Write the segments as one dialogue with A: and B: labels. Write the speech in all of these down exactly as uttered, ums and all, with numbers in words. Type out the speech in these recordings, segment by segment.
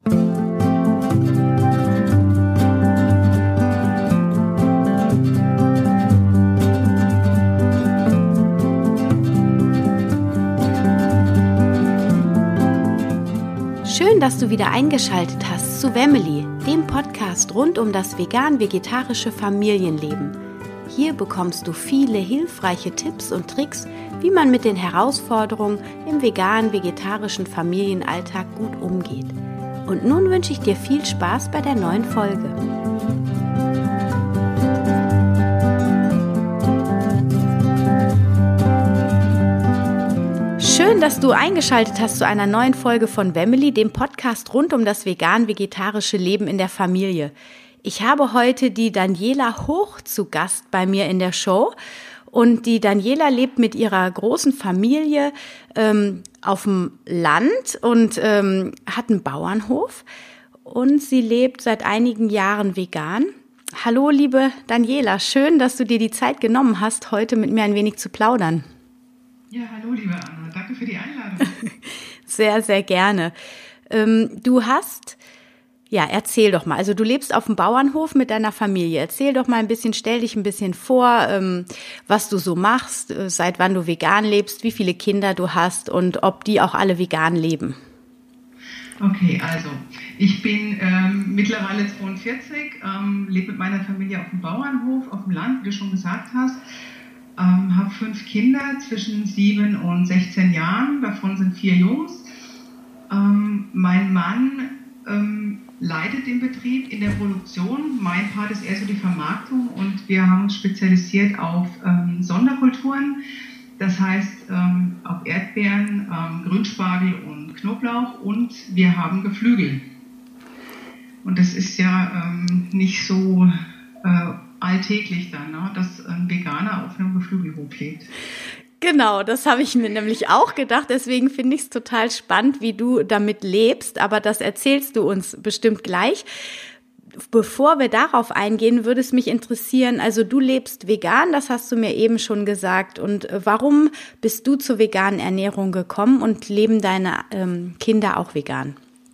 A: Schön, dass du wieder eingeschaltet hast zu Family, dem Podcast rund um das vegan-vegetarische Familienleben. Hier bekommst du viele hilfreiche Tipps und Tricks, wie man mit den Herausforderungen im vegan-vegetarischen Familienalltag gut umgeht. Und nun wünsche ich dir viel Spaß bei der neuen Folge. Schön, dass du eingeschaltet hast zu einer neuen Folge von Family, dem Podcast rund um das vegan-vegetarische Leben in der Familie. Ich habe heute die Daniela Hoch zu Gast bei mir in der Show und die Daniela lebt mit ihrer großen Familie ähm, auf dem Land und ähm, hat einen Bauernhof und sie lebt seit einigen Jahren vegan. Hallo liebe Daniela, schön, dass du dir die Zeit genommen hast, heute mit mir ein wenig zu plaudern.
B: Ja, hallo liebe Anna, danke für die Einladung.
A: Sehr, sehr gerne. Ähm, du hast, ja, erzähl doch mal, also du lebst auf dem Bauernhof mit deiner Familie. Erzähl doch mal ein bisschen, stell dich ein bisschen vor, ähm, was du so machst, äh, seit wann du vegan lebst, wie viele Kinder du hast und ob die auch alle vegan leben.
B: Okay, also ich bin ähm, mittlerweile zweiundvierzig, ähm, lebe mit meiner Familie auf dem Bauernhof, auf dem Land, wie du schon gesagt hast. Ähm, habe fünf Kinder zwischen sieben und sechzehn Jahren, davon sind vier Jungs. Ähm, mein Mann ähm, leitet den Betrieb in der Produktion, mein Part ist eher so die Vermarktung und wir haben uns spezialisiert auf ähm, Sonderkulturen, das heißt ähm, auf Erdbeeren, ähm, Grünspargel und Knoblauch und wir haben Geflügel. Und das ist ja ähm, nicht so äh, alltäglich dann, ne, dass ein Veganer auf einem Geflügelhof lebt.
A: Genau, das habe ich mir nämlich auch gedacht. Deswegen finde ich es total spannend, wie du damit lebst. Aber das erzählst du uns bestimmt gleich. Bevor wir darauf eingehen, würde es mich interessieren, also du lebst vegan, das hast du mir eben schon gesagt. Und warum bist du zur veganen Ernährung gekommen und leben deine ähm, Kinder auch vegan?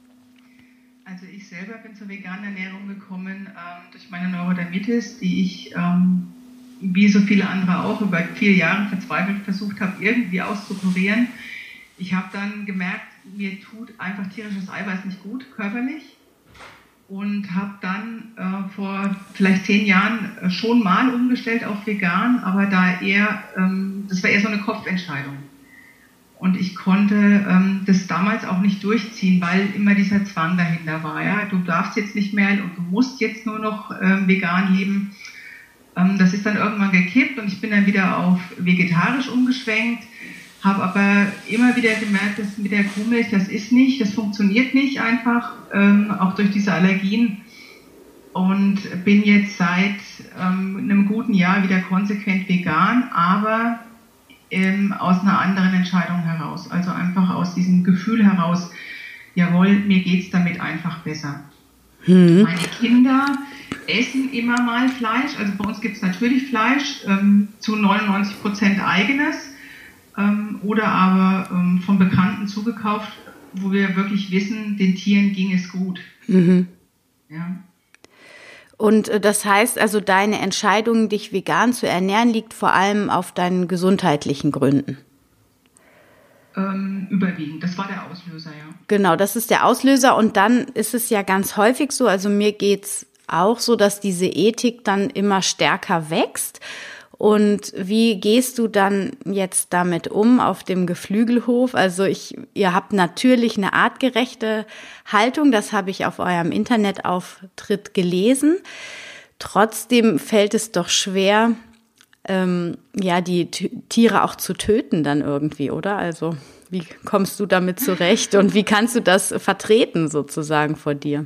B: Also ich selber bin zur veganen Ernährung gekommen ähm, durch meine Neurodermitis, die ich, ähm, wie so viele andere auch, über vier Jahre verzweifelt versucht habe, irgendwie auszukurieren. Ich habe dann gemerkt, mir tut einfach tierisches Eiweiß nicht gut, körperlich. Und habe dann äh, vor vielleicht zehn Jahren äh, schon mal umgestellt auf vegan, aber da eher, ähm, das war eher so eine Kopfentscheidung. Und ich konnte ähm, das damals auch nicht durchziehen, weil immer dieser Zwang dahinter war. Ja? Du darfst jetzt nicht mehr und du musst jetzt nur noch ähm, vegan leben. Ähm, das ist dann irgendwann gekippt und ich bin dann wieder auf vegetarisch umgeschwenkt, habe aber immer wieder gemerkt, dass mit der Kuhmilch, das ist nicht, das funktioniert nicht einfach, ähm, auch durch diese Allergien. Und bin jetzt seit ähm, einem guten Jahr wieder konsequent vegan, aber Ähm, aus einer anderen Entscheidung heraus, also einfach aus diesem Gefühl heraus, jawohl, mir geht's damit einfach besser. Mhm. Meine Kinder essen immer mal Fleisch, also bei uns gibt es natürlich Fleisch, ähm, zu neunundneunzig Prozent eigenes ähm, oder aber ähm, von Bekannten zugekauft, wo wir wirklich wissen, den Tieren ging es gut. Mhm. Ja.
A: Und das heißt also, deine Entscheidung, dich vegan zu ernähren, liegt vor allem auf deinen gesundheitlichen Gründen?
B: Ähm, überwiegend, das war der Auslöser, ja.
A: Genau, das ist der Auslöser und dann ist es ja ganz häufig so, also mir geht's auch so, dass diese Ethik dann immer stärker wächst. Und wie gehst du dann jetzt damit um auf dem Geflügelhof? Also ich, ihr habt natürlich eine artgerechte Haltung, das habe ich auf eurem Internetauftritt gelesen. Trotzdem fällt es doch schwer, ähm, ja, die T- Tiere auch zu töten dann irgendwie, oder? Also wie kommst du damit zurecht und wie kannst du das vertreten sozusagen vor dir?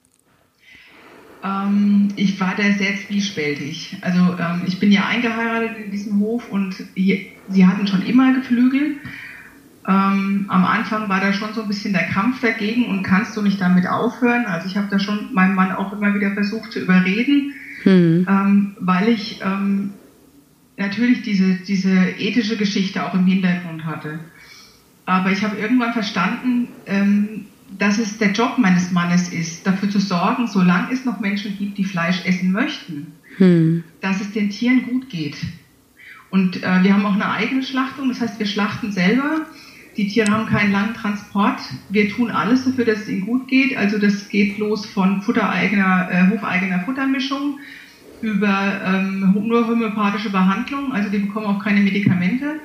B: Ähm, ich war da sehr zwiespältig. Also ähm, ich bin ja eingeheiratet in diesem Hof und hier, sie hatten schon immer Geflügel. Ähm, am Anfang war da schon so ein bisschen der Kampf dagegen und kannst du nicht damit aufhören? Also ich habe da schon meinen Mann auch immer wieder versucht zu überreden, hm. ähm, weil ich ähm, natürlich diese, diese ethische Geschichte auch im Hintergrund hatte. Aber ich habe irgendwann verstanden, ähm, dass es der Job meines Mannes ist, dafür zu sorgen, solange es noch Menschen gibt, die Fleisch essen möchten, hm. dass es den Tieren gut geht. Und äh, wir haben auch eine eigene Schlachtung, das heißt, wir schlachten selber. Die Tiere haben keinen langen Transport. Wir tun alles dafür, dass es ihnen gut geht. Also das geht los von futtereigener, äh, hofeigener Futtermischung über ähm, nur homöopathische Behandlung. Also die bekommen auch keine Medikamente.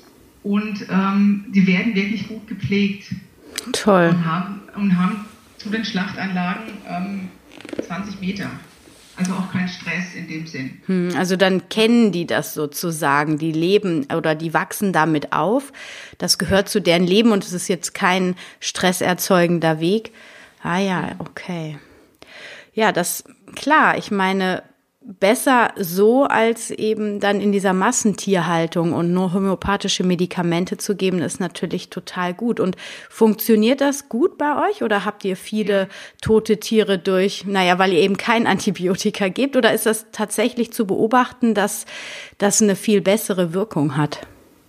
B: Und ähm, die werden wirklich gut gepflegt.
A: Toll.
B: Und haben, und haben zu den Schlachtanlagen ähm, zwanzig Meter. Also auch kein Stress in dem Sinn.
A: Hm, also dann kennen die das sozusagen, die leben oder die wachsen damit auf. Das gehört zu deren Leben und es ist jetzt kein stresserzeugender Weg. Ah ja, okay. Ja, das, klar, ich meine, besser so, als eben dann in dieser Massentierhaltung und nur homöopathische Medikamente zu geben, ist natürlich total gut. Und funktioniert das gut bei euch oder habt ihr viele tote Tiere durch, naja, weil ihr eben kein Antibiotika gebt, oder ist das tatsächlich zu beobachten, dass das eine viel bessere Wirkung hat?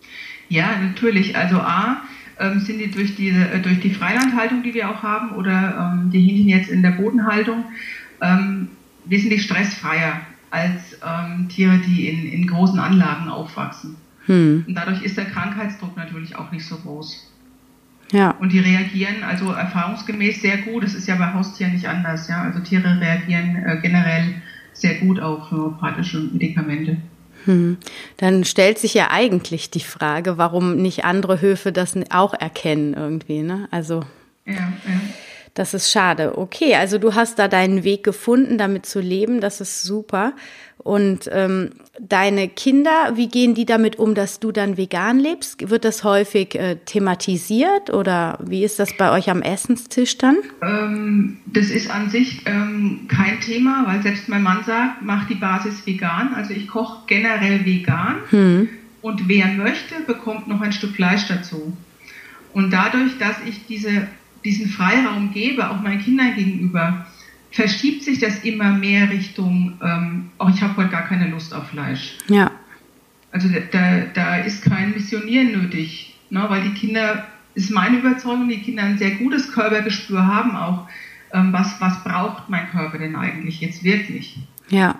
B: Ja, natürlich. Also A, ähm, sind die durch diese, äh, durch die Freilandhaltung, die wir auch haben, oder ähm, die Hähnchen jetzt in der Bodenhaltung, ähm, wesentlich stressfreier als ähm, Tiere, die in, in großen Anlagen aufwachsen. Hm. Und dadurch ist der Krankheitsdruck natürlich auch nicht so groß. Ja. Und die reagieren also erfahrungsgemäß sehr gut. Das ist ja bei Haustieren nicht anders. Ja? Also Tiere reagieren äh, generell sehr gut auf homöopathische Medikamente.
A: Hm. Dann stellt sich ja eigentlich die Frage, warum nicht andere Höfe das auch erkennen irgendwie, ne? Also ja, ja. Das ist schade. Okay, also du hast da deinen Weg gefunden, damit zu leben. Das ist super. Und ähm, deine Kinder, wie gehen die damit um, dass du dann vegan lebst? Wird das häufig äh, thematisiert oder wie ist das bei euch am Essenstisch dann?
B: Ähm, das ist an sich ähm, kein Thema, weil selbst mein Mann sagt, mach die Basis vegan. Also ich koche generell vegan hm. und wer möchte, bekommt noch ein Stück Fleisch dazu. Und dadurch, dass ich diese diesen Freiraum gebe, auch meinen Kindern gegenüber, verschiebt sich das immer mehr Richtung, ähm, oh, ich habe heute gar keine Lust auf Fleisch. Ja. Also da, da ist kein Missionieren nötig, ne, weil die Kinder, ist meine Überzeugung, die Kinder ein sehr gutes Körpergespür haben auch, ähm, was, was braucht mein Körper denn eigentlich jetzt wirklich?
A: Ja.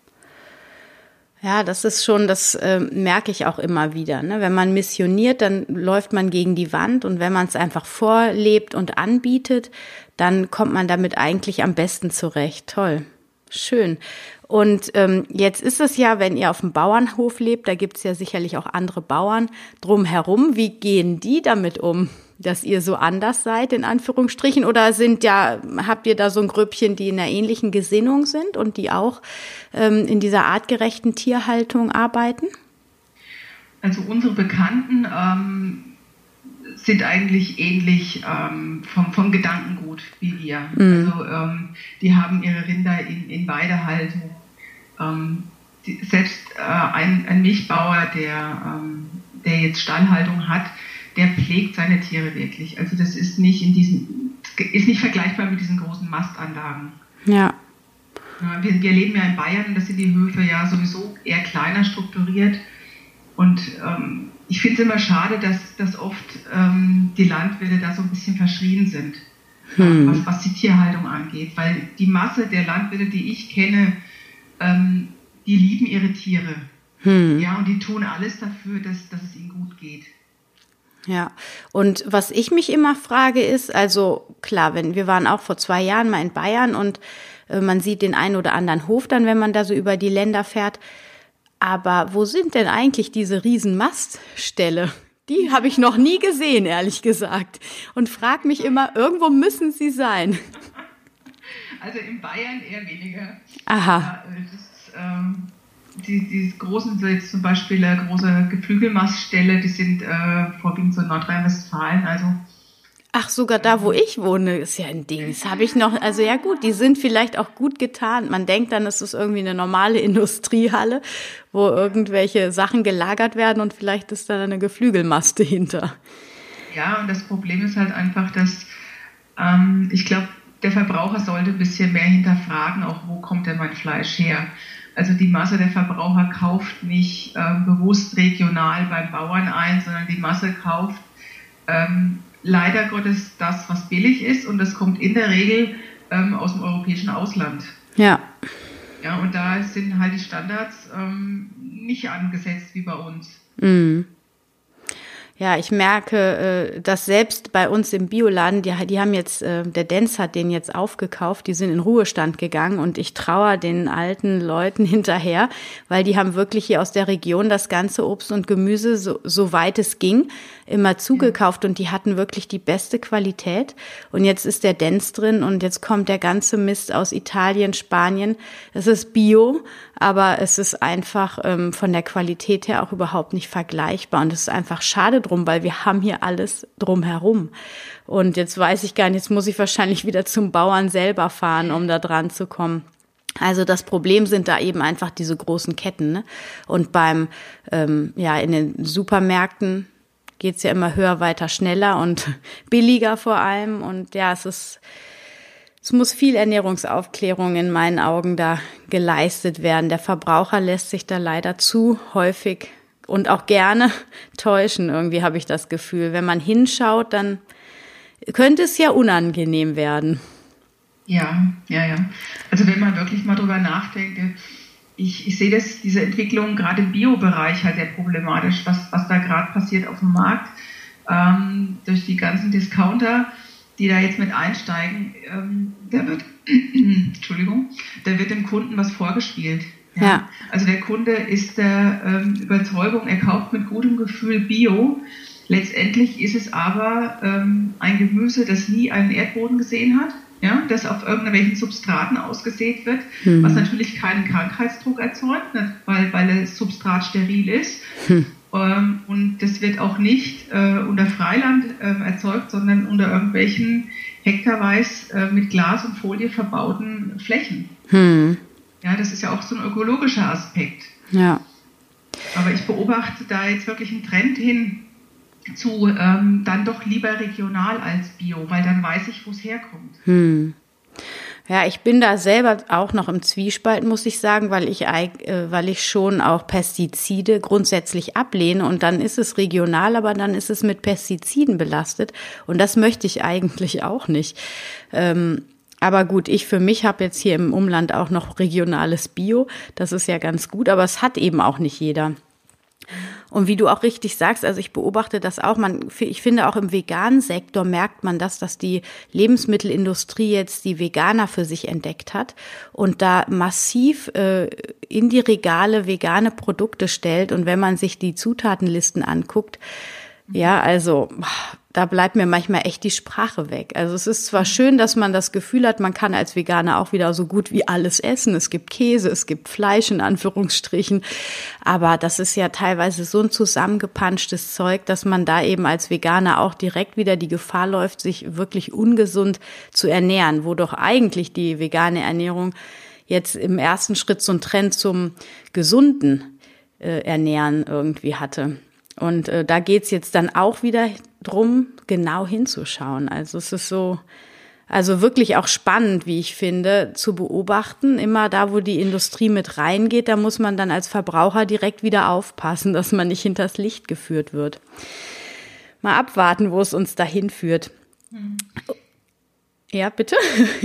A: Ja, das ist schon, das äh, merke ich auch immer wieder. Ne? Wenn man missioniert, dann läuft man gegen die Wand und wenn man es einfach vorlebt und anbietet, dann kommt man damit eigentlich am besten zurecht. Toll, schön. Und ähm, jetzt ist es ja, wenn ihr auf dem Bauernhof lebt, da gibt es ja sicherlich auch andere Bauern drumherum. Wie gehen die damit um, dass ihr so anders seid, in Anführungsstrichen? Oder sind ja, habt ihr da so ein Grüppchen, die in einer ähnlichen Gesinnung sind und die auch ähm, in dieser artgerechten Tierhaltung arbeiten?
B: Also unsere Bekannten ähm, sind eigentlich ähnlich ähm, vom, vom Gedankengut wie wir. Mhm. Also ähm, die haben ihre Rinder in, in Weidehaltung. Ähm, die, selbst äh, ein, ein Milchbauer, der, ähm, der jetzt Stallhaltung hat, der pflegt seine Tiere wirklich. Also das ist nicht in diesen, ist nicht vergleichbar mit diesen großen Mastanlagen. Ja. Wir, wir leben ja in Bayern, da sind die Höfe ja sowieso eher kleiner strukturiert. Und ähm, ich finde es immer schade, dass, dass oft ähm, die Landwirte da so ein bisschen verschrien sind, hm. was, was die Tierhaltung angeht. Weil die Masse der Landwirte, die ich kenne, ähm, die lieben ihre Tiere. Hm. Ja, und die tun alles dafür, dass, dass es ihnen gut geht.
A: Ja, und was ich mich immer frage ist, also klar, wenn wir waren auch vor zwei Jahren mal in Bayern und äh, man sieht den einen oder anderen Hof dann, wenn man da so über die Länder fährt, aber wo sind denn eigentlich diese riesen Mastställe? Die habe ich noch nie gesehen, ehrlich gesagt, und frage mich immer, irgendwo müssen sie sein.
B: Also in Bayern eher weniger.
A: Aha.
B: Ja, das, ähm Die, die großen, jetzt zum Beispiel äh, große Geflügelmastställe, die sind äh, vorwiegend so in Nordrhein-Westfalen, also.
A: Ach, sogar da, wo ich wohne, ist ja ein Ding. Das habe ich noch, also ja gut, die sind vielleicht auch gut getarnt. Man denkt dann, es ist irgendwie eine normale Industriehalle, wo irgendwelche Sachen gelagert werden und vielleicht ist da eine Geflügelmaste hinter.
B: Ja, und das Problem ist halt einfach, dass ähm, ich glaube, der Verbraucher sollte ein bisschen mehr hinterfragen, auch wo kommt denn mein Fleisch her? Also die Masse der Verbraucher kauft nicht äh, bewusst regional beim Bauern ein, sondern die Masse kauft ähm, leider Gottes das, was billig ist, und das kommt in der Regel ähm, aus dem europäischen Ausland.
A: Ja.
B: Ja, und da sind halt die Standards ähm, nicht angesetzt wie bei uns.
A: Mhm. Ja, ich merke, dass selbst bei uns im Bioladen, die, die haben jetzt, der Denz hat den jetzt aufgekauft, die sind in Ruhestand gegangen und ich trauere den alten Leuten hinterher, weil die haben wirklich hier aus der Region das ganze Obst und Gemüse, so, so weit es ging, immer zugekauft und die hatten wirklich die beste Qualität. Und jetzt ist der Denz drin und jetzt kommt der ganze Mist aus Italien, Spanien. Es ist Bio, aber es ist einfach ähm, von der Qualität her auch überhaupt nicht vergleichbar. Und es ist einfach schade drum, weil wir haben hier alles drumherum. Und jetzt weiß ich gar nicht, jetzt muss ich wahrscheinlich wieder zum Bauern selber fahren, um da dran zu kommen. Also das Problem sind da eben einfach diese großen Ketten, ne? Und beim, ähm, ja, in den Supermärkten geht's ja immer höher, weiter, schneller und billiger vor allem. Und ja, es ist, es muss viel Ernährungsaufklärung in meinen Augen da geleistet werden. Der Verbraucher lässt sich da leider zu häufig und auch gerne täuschen, irgendwie habe ich das Gefühl. Wenn man hinschaut, dann könnte es ja unangenehm werden.
B: Ja, ja, ja. Also wenn man wirklich mal drüber nachdenkt, ich, ich sehe das, diese Entwicklung gerade im Bio-Bereich halt sehr problematisch, was, was da gerade passiert auf dem Markt, ähm, durch die ganzen Discounter, die da jetzt mit einsteigen, ähm, da wird, Entschuldigung, da wird dem Kunden was vorgespielt. Ja. Ja. Also der Kunde ist der ähm, Überzeugung, er kauft mit gutem Gefühl Bio. Letztendlich ist es aber ähm, ein Gemüse, das nie einen Erdboden gesehen hat, ja, das auf irgendwelchen Substraten ausgesät wird, mhm. was natürlich keinen Krankheitsdruck erzeugt, ne, weil, weil das Substrat steril ist. Mhm. Ähm, und das wird auch nicht äh, unter Freiland äh, erzeugt, sondern unter irgendwelchen hektarweise äh, mit Glas und Folie verbauten Flächen. Mhm. Ja, das ist ja auch so ein ökologischer Aspekt.
A: Ja.
B: Aber ich beobachte da jetzt wirklich einen Trend hin zu ähm, dann doch lieber regional als Bio, weil dann weiß ich, wo es herkommt.
A: Hm. Ja, ich bin da selber auch noch im Zwiespalt, muss ich sagen, weil ich, äh, weil ich schon auch Pestizide grundsätzlich ablehne und dann ist es regional, aber dann ist es mit Pestiziden belastet und das möchte ich eigentlich auch nicht. Ähm, Aber gut, ich für mich habe jetzt hier im Umland auch noch regionales Bio. Das ist ja ganz gut, aber es hat eben auch nicht jeder. Und wie du auch richtig sagst, also ich beobachte das auch, man, ich finde auch im veganen Sektor merkt man das, dass die Lebensmittelindustrie jetzt die Veganer für sich entdeckt hat und da massiv äh, in die Regale vegane Produkte stellt. Und wenn man sich die Zutatenlisten anguckt, ja, also da bleibt mir manchmal echt die Sprache weg. Also es ist zwar schön, dass man das Gefühl hat, man kann als Veganer auch wieder so gut wie alles essen. Es gibt Käse, es gibt Fleisch in Anführungsstrichen, aber das ist ja teilweise so ein zusammengepanschtes Zeug, dass man da eben als Veganer auch direkt wieder die Gefahr läuft, sich wirklich ungesund zu ernähren, wo doch eigentlich die vegane Ernährung jetzt im ersten Schritt so einen Trend zum gesunden äh, Ernähren irgendwie hatte. Und äh, da geht's jetzt dann auch wieder drum, genau hinzuschauen. Also es ist so, also wirklich auch spannend, wie ich finde, zu beobachten. Immer da, wo die Industrie mit reingeht, da muss man dann als Verbraucher direkt wieder aufpassen, dass man nicht hinters Licht geführt wird. Mal abwarten, wo es uns dahin führt. Hm. Ja, bitte?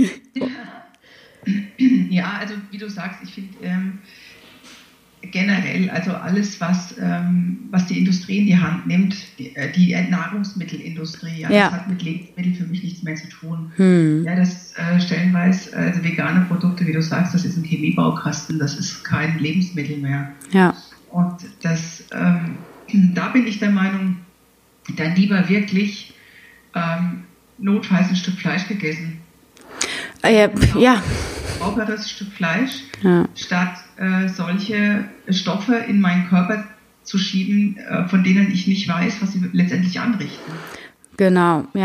B: Ja, also wie du sagst, ich finde ähm, generell, also alles, was, ähm, was die Industrie in die Hand nimmt, die, die Nahrungsmittelindustrie, ja, ja. das hat mit Lebensmitteln für mich nichts mehr zu tun. Hm. Ja, das äh, stellenweise, also vegane Produkte, wie du sagst, das ist ein Chemiebaukasten, das ist kein Lebensmittel mehr.
A: Ja.
B: Und das, ähm, da bin ich der Meinung, dann lieber wirklich ähm, notfalls ein Stück Fleisch gegessen.
A: Äh, ja.
B: Sauberes Stück Fleisch,
A: ja.
B: statt äh, solche Stoffe in meinen Körper zu schieben, äh, von denen ich nicht weiß, was sie letztendlich anrichten.
A: Genau, ja.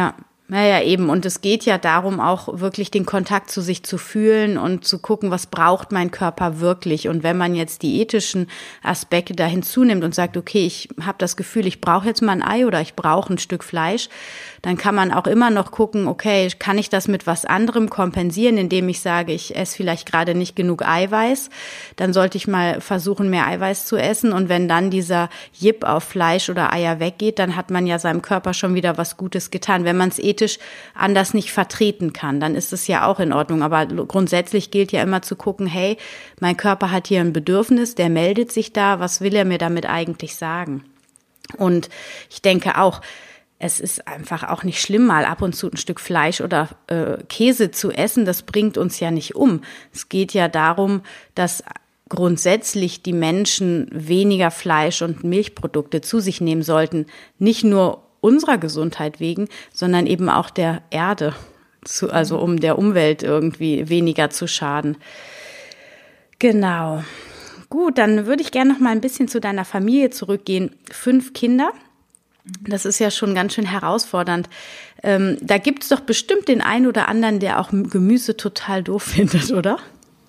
A: Naja, eben. Und es geht ja darum, auch wirklich den Kontakt zu sich zu fühlen und zu gucken, was braucht mein Körper wirklich. Und wenn man jetzt die ethischen Aspekte da hinzunimmt und sagt, okay, ich habe das Gefühl, ich brauche jetzt mal ein Ei oder ich brauche ein Stück Fleisch, dann kann man auch immer noch gucken, okay, kann ich das mit was anderem kompensieren, indem ich sage, ich esse vielleicht gerade nicht genug Eiweiß, dann sollte ich mal versuchen, mehr Eiweiß zu essen. Und wenn dann dieser Jip auf Fleisch oder Eier weggeht, dann hat man ja seinem Körper schon wieder was Gutes getan. Wenn man es ethisch anders nicht vertreten kann, dann ist es ja auch in Ordnung. Aber grundsätzlich gilt ja immer zu gucken, hey, mein Körper hat hier ein Bedürfnis, der meldet sich da, was will er mir damit eigentlich sagen? Und ich denke auch, es ist einfach auch nicht schlimm, mal ab und zu ein Stück Fleisch oder äh, Käse zu essen. Das bringt uns ja nicht um. Es geht ja darum, dass grundsätzlich die Menschen weniger Fleisch und Milchprodukte zu sich nehmen sollten. Nicht nur unserer Gesundheit wegen, sondern eben auch der Erde, zu, also um der Umwelt irgendwie weniger zu schaden. Genau. Gut, dann würde ich gerne noch mal ein bisschen zu deiner Familie zurückgehen. Fünf Kinder. Das ist ja schon ganz schön herausfordernd. Ähm, da gibt es doch bestimmt den einen oder anderen, der auch Gemüse total doof findet, oder?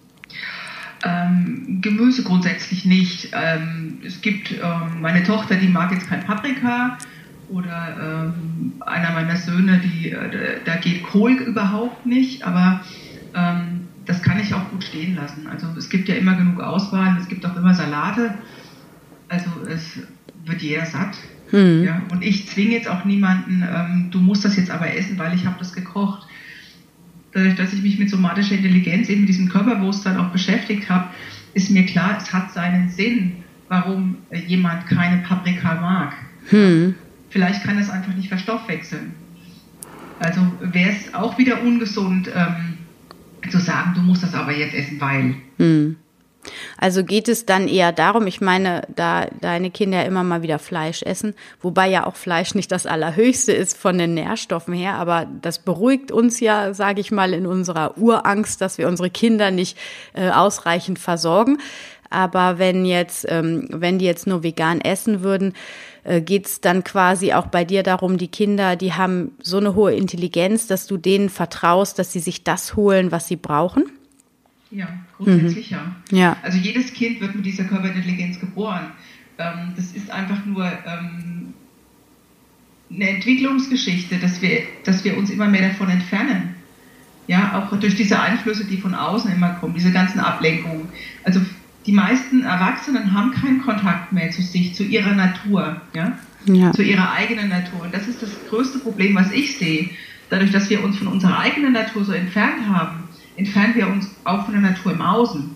B: Ähm, Gemüse grundsätzlich nicht. Ähm, es gibt ähm, meine Tochter, die mag jetzt kein Paprika, oder ähm, einer meiner Söhne, die, äh, da geht Kohl überhaupt nicht, aber ähm, das kann ich auch gut stehen lassen. Also es gibt ja immer genug Auswahl, es gibt auch immer Salate, also es wird jeder satt. Hm. Ja, und ich zwinge jetzt auch niemanden, ähm, du musst das jetzt aber essen, weil ich habe das gekocht. Dadurch, dass ich mich mit somatischer Intelligenz, eben mit diesem Körperbewusstsein auch beschäftigt habe, ist mir klar, es hat seinen Sinn, warum äh, jemand keine Paprika mag. Hm. Vielleicht kann es einfach nicht verstoffwechseln. Also wäre es auch wieder ungesund, ähm, zu sagen, du musst das aber jetzt essen, weil...
A: Hm. Also geht es dann eher darum, ich meine, da deine Kinder immer mal wieder Fleisch essen, wobei ja auch Fleisch nicht das Allerhöchste ist von den Nährstoffen her, aber das beruhigt uns ja, sage ich mal, in unserer Urangst, dass wir unsere Kinder nicht äh, ausreichend versorgen. Aber wenn jetzt, ähm, wenn die jetzt nur vegan essen würden, äh, geht's dann quasi auch bei dir darum, die Kinder, die haben so eine hohe Intelligenz, dass du denen vertraust, dass sie sich das holen, was sie brauchen?
B: Ja, grundsätzlich mhm. ja.
A: ja.
B: Also jedes Kind wird mit dieser Körperintelligenz geboren. Ähm, das ist einfach nur ähm, eine Entwicklungsgeschichte, dass wir, dass wir uns immer mehr davon entfernen. Ja, auch durch diese Einflüsse, die von außen immer kommen, diese ganzen Ablenkungen. Also die meisten Erwachsenen haben keinen Kontakt mehr zu sich, zu ihrer Natur, ja? Ja. Zu ihrer eigenen Natur. Und das ist das größte Problem, was ich sehe. Dadurch, dass wir uns von unserer eigenen Natur so entfernt haben, entfernen wir uns auch von der Natur im Außen.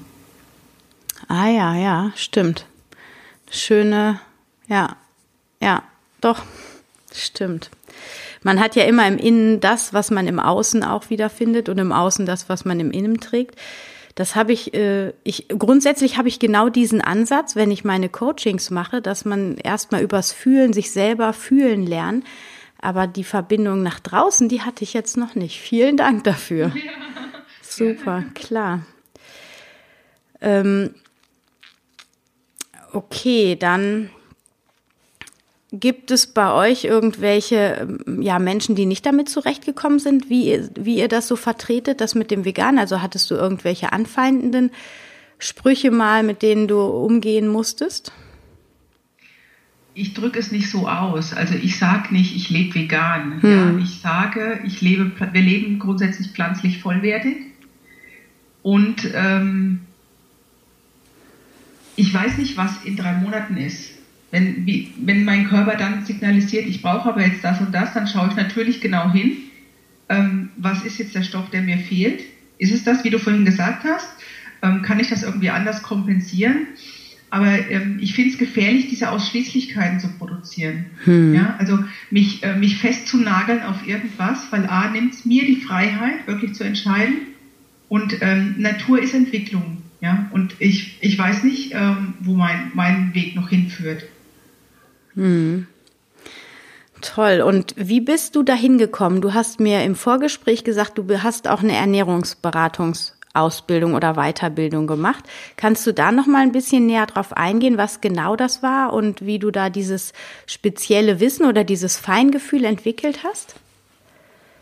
A: Ah ja, ja, stimmt. Schöne, ja, ja, doch, stimmt. Man hat ja immer im Innen das, was man im Außen auch wiederfindet und im Außen das, was man im Innen trägt. Das habe ich, äh, ich, grundsätzlich habe ich genau diesen Ansatz, wenn ich meine Coachings mache, dass man erstmal übers Fühlen, sich selber fühlen lernt. Aber die Verbindung nach draußen, die hatte ich jetzt noch nicht. Vielen Dank dafür. Ja. Super, klar. Ähm, okay, dann gibt es bei euch irgendwelche ja, Menschen, die nicht damit zurechtgekommen sind, wie ihr, wie ihr das so vertretet, das mit dem Vegan? Also hattest du irgendwelche anfeindenden Sprüche mal, mit denen du umgehen musstest?
B: Ich drücke es nicht so aus. Also ich sage nicht, ich lebe vegan. Hm. Ja, ich sage, ich lebe, wir leben grundsätzlich pflanzlich vollwertig. Und ähm, ich weiß nicht, was in drei Monaten ist. Wenn, wie, wenn mein Körper dann signalisiert, ich brauche aber jetzt das und das, dann schaue ich natürlich genau hin, ähm, was ist jetzt der Stoff, der mir fehlt. Ist es das, wie du vorhin gesagt hast? Ähm, kann ich das irgendwie anders kompensieren? Aber ähm, ich finde es gefährlich, diese Ausschließlichkeiten zu produzieren. Hm. Ja, also mich, äh, mich festzunageln auf irgendwas, weil A, nimmt es mir die Freiheit, wirklich zu entscheiden. Und ähm, Natur ist Entwicklung. Ja? Und ich, ich weiß nicht, ähm, wo mein, mein Weg noch hinführt.
A: Hm. Toll. Und wie bist du dahin gekommen? Du hast mir im Vorgespräch gesagt, du hast auch eine Ernährungsberatungsausbildung oder Weiterbildung gemacht. Kannst du da noch mal ein bisschen näher drauf eingehen, was genau das war und wie du da dieses spezielle Wissen oder dieses Feingefühl entwickelt hast?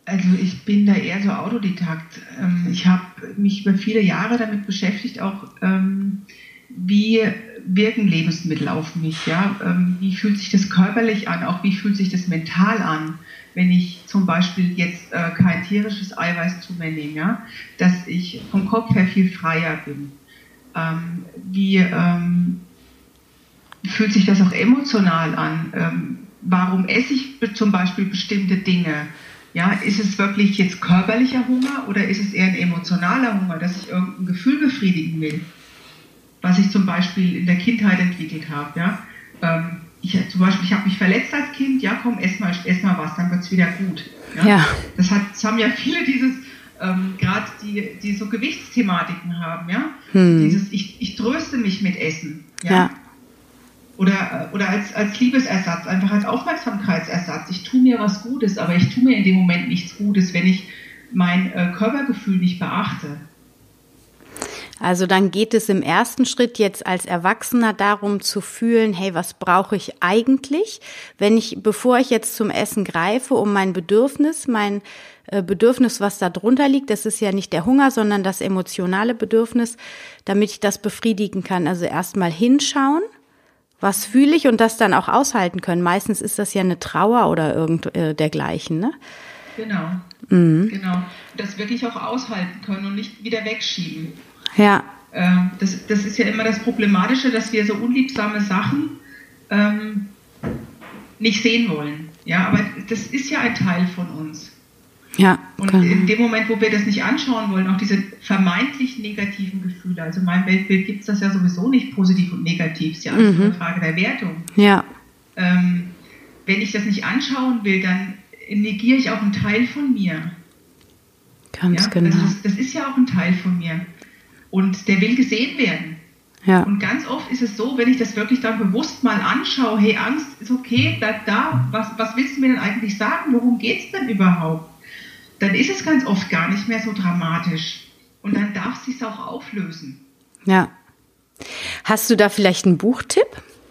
B: Also ich bin da eher so Autodidakt. Ich habe mich über viele Jahre damit beschäftigt, auch wie wirken Lebensmittel auf mich, ja? Wie fühlt sich das körperlich an, auch wie fühlt sich das mental an, wenn ich zum Beispiel jetzt kein tierisches Eiweiß zu mir nehme, ja? Dass ich vom Kopf her viel freier bin. Wie fühlt sich das auch emotional an? Warum esse ich zum Beispiel bestimmte Dinge? Ja, ist es wirklich jetzt körperlicher Hunger oder ist es eher ein emotionaler Hunger, dass ich irgendein Gefühl befriedigen will, was ich zum Beispiel in der Kindheit entwickelt habe? Ja? Ähm, ich, zum Beispiel, ich habe mich verletzt als Kind, ja komm, ess mal, ess mal was, dann wird es wieder gut. Ja? Ja. Das, hat, das haben ja viele dieses, ähm, gerade die, die so Gewichtsthematiken haben, ja, hm. dieses ich, ich tröste mich mit Essen. Ja. ja. Oder, oder als, als Liebesersatz, einfach als Aufmerksamkeitsersatz. Ich tue mir was Gutes, aber ich tue mir in dem Moment nichts Gutes, wenn ich mein äh, Körpergefühl nicht beachte.
A: Also dann geht es im ersten Schritt jetzt als Erwachsener darum zu fühlen, hey, was brauche ich eigentlich, wenn ich, bevor ich jetzt zum Essen greife, um mein Bedürfnis, mein äh, Bedürfnis, was da drunter liegt, das ist ja nicht der Hunger, sondern das emotionale Bedürfnis, damit ich das befriedigen kann. Also erstmal hinschauen. Was fühle ich und das dann auch aushalten können. Meistens ist das ja eine Trauer oder irgend äh, dergleichen, ne?
B: Genau, mhm. genau. Das wirklich auch aushalten können und nicht wieder wegschieben.
A: Ja.
B: Ähm, das, das ist ja immer das Problematische, dass wir so unliebsame Sachen ähm, nicht sehen wollen. Ja, aber das ist ja ein Teil von uns.
A: Ja.
B: Und genau. In dem Moment, wo wir das nicht anschauen wollen, auch diese vermeintlich negativen Gefühle, also in meinem Weltbild gibt es das ja sowieso nicht positiv und negativ, ist ja alles mhm. eine Frage der Wertung.
A: Ja.
B: Ähm, wenn ich das nicht anschauen will, dann negiere ich auch einen Teil von mir.
A: Ganz
B: ja?
A: genau.
B: Also das, das ist ja auch ein Teil von mir. Und der will gesehen werden.
A: Ja.
B: Und ganz oft ist es so, wenn ich das wirklich dann bewusst mal anschaue, hey, Angst ist okay, bleib da, was, was willst du mir denn eigentlich sagen, worum geht es denn überhaupt? Dann ist es ganz oft gar nicht mehr so dramatisch. Und dann darf es sich auch auflösen.
A: Ja. Hast du da vielleicht einen Buchtipp?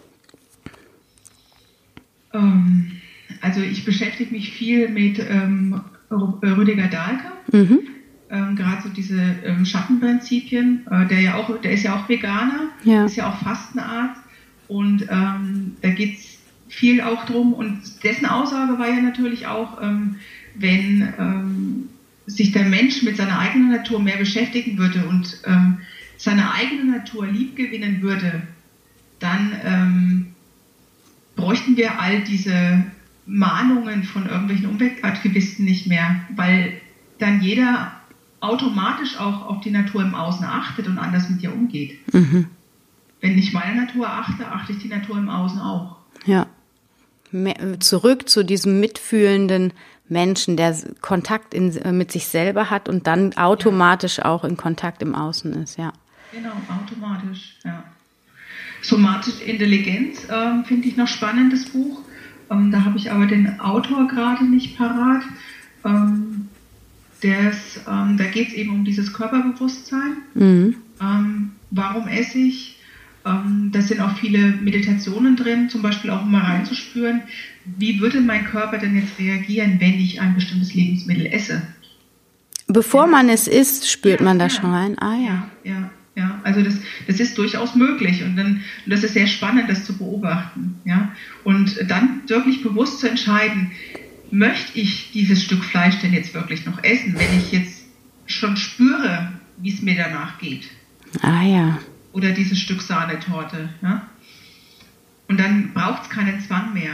B: Ähm, also ich beschäftige mich viel mit ähm, Rüdiger Dahlke.
A: Mhm.
B: Ähm, gerade so diese ähm, Schattenprinzipien. Äh, der, ja auch, der ist ja auch Veganer,
A: ja.
B: ist ja auch Fastenarzt. Und ähm, da geht es viel auch drum. Und dessen Aussage war ja natürlich auch, ähm, wenn ähm, sich der Mensch mit seiner eigenen Natur mehr beschäftigen würde und ähm, seine eigene Natur liebgewinnen würde, dann ähm, bräuchten wir all diese Mahnungen von irgendwelchen Umweltaktivisten nicht mehr, weil dann jeder automatisch auch auf die Natur im Außen achtet und anders mit ihr umgeht.
A: Mhm.
B: Wenn ich meine Natur achte, achte ich die Natur im Außen auch.
A: Ja. Mehr, zurück zu diesem mitfühlenden Menschen, der Kontakt in, mit sich selber hat und dann automatisch ja. auch in Kontakt im Außen ist, ja.
B: Genau, automatisch, ja. Somatische Intelligenz ähm, finde ich noch spannend, das Buch. Ähm, da habe ich aber den Autor gerade nicht parat. Ähm, des, ähm, da geht es eben um dieses Körperbewusstsein.
A: Mhm.
B: Ähm, warum esse ich? Ähm, da sind auch viele Meditationen drin, zum Beispiel auch um mal reinzuspüren, wie würde mein Körper denn jetzt reagieren, wenn ich ein bestimmtes Lebensmittel esse?
A: Bevor ja. man es isst, spürt
B: ja,
A: man da
B: ja.
A: schon rein. Ah ja.
B: Ja, ja, ja. Also das, das ist durchaus möglich und dann und das ist sehr spannend, das zu beobachten. Ja? Und dann wirklich bewusst zu entscheiden, möchte ich dieses Stück Fleisch denn jetzt wirklich noch essen, wenn ich jetzt schon spüre, wie es mir danach geht?
A: Ah ja.
B: Oder dieses Stück Sahnetorte. Ja? Und dann braucht es keinen Zwang mehr.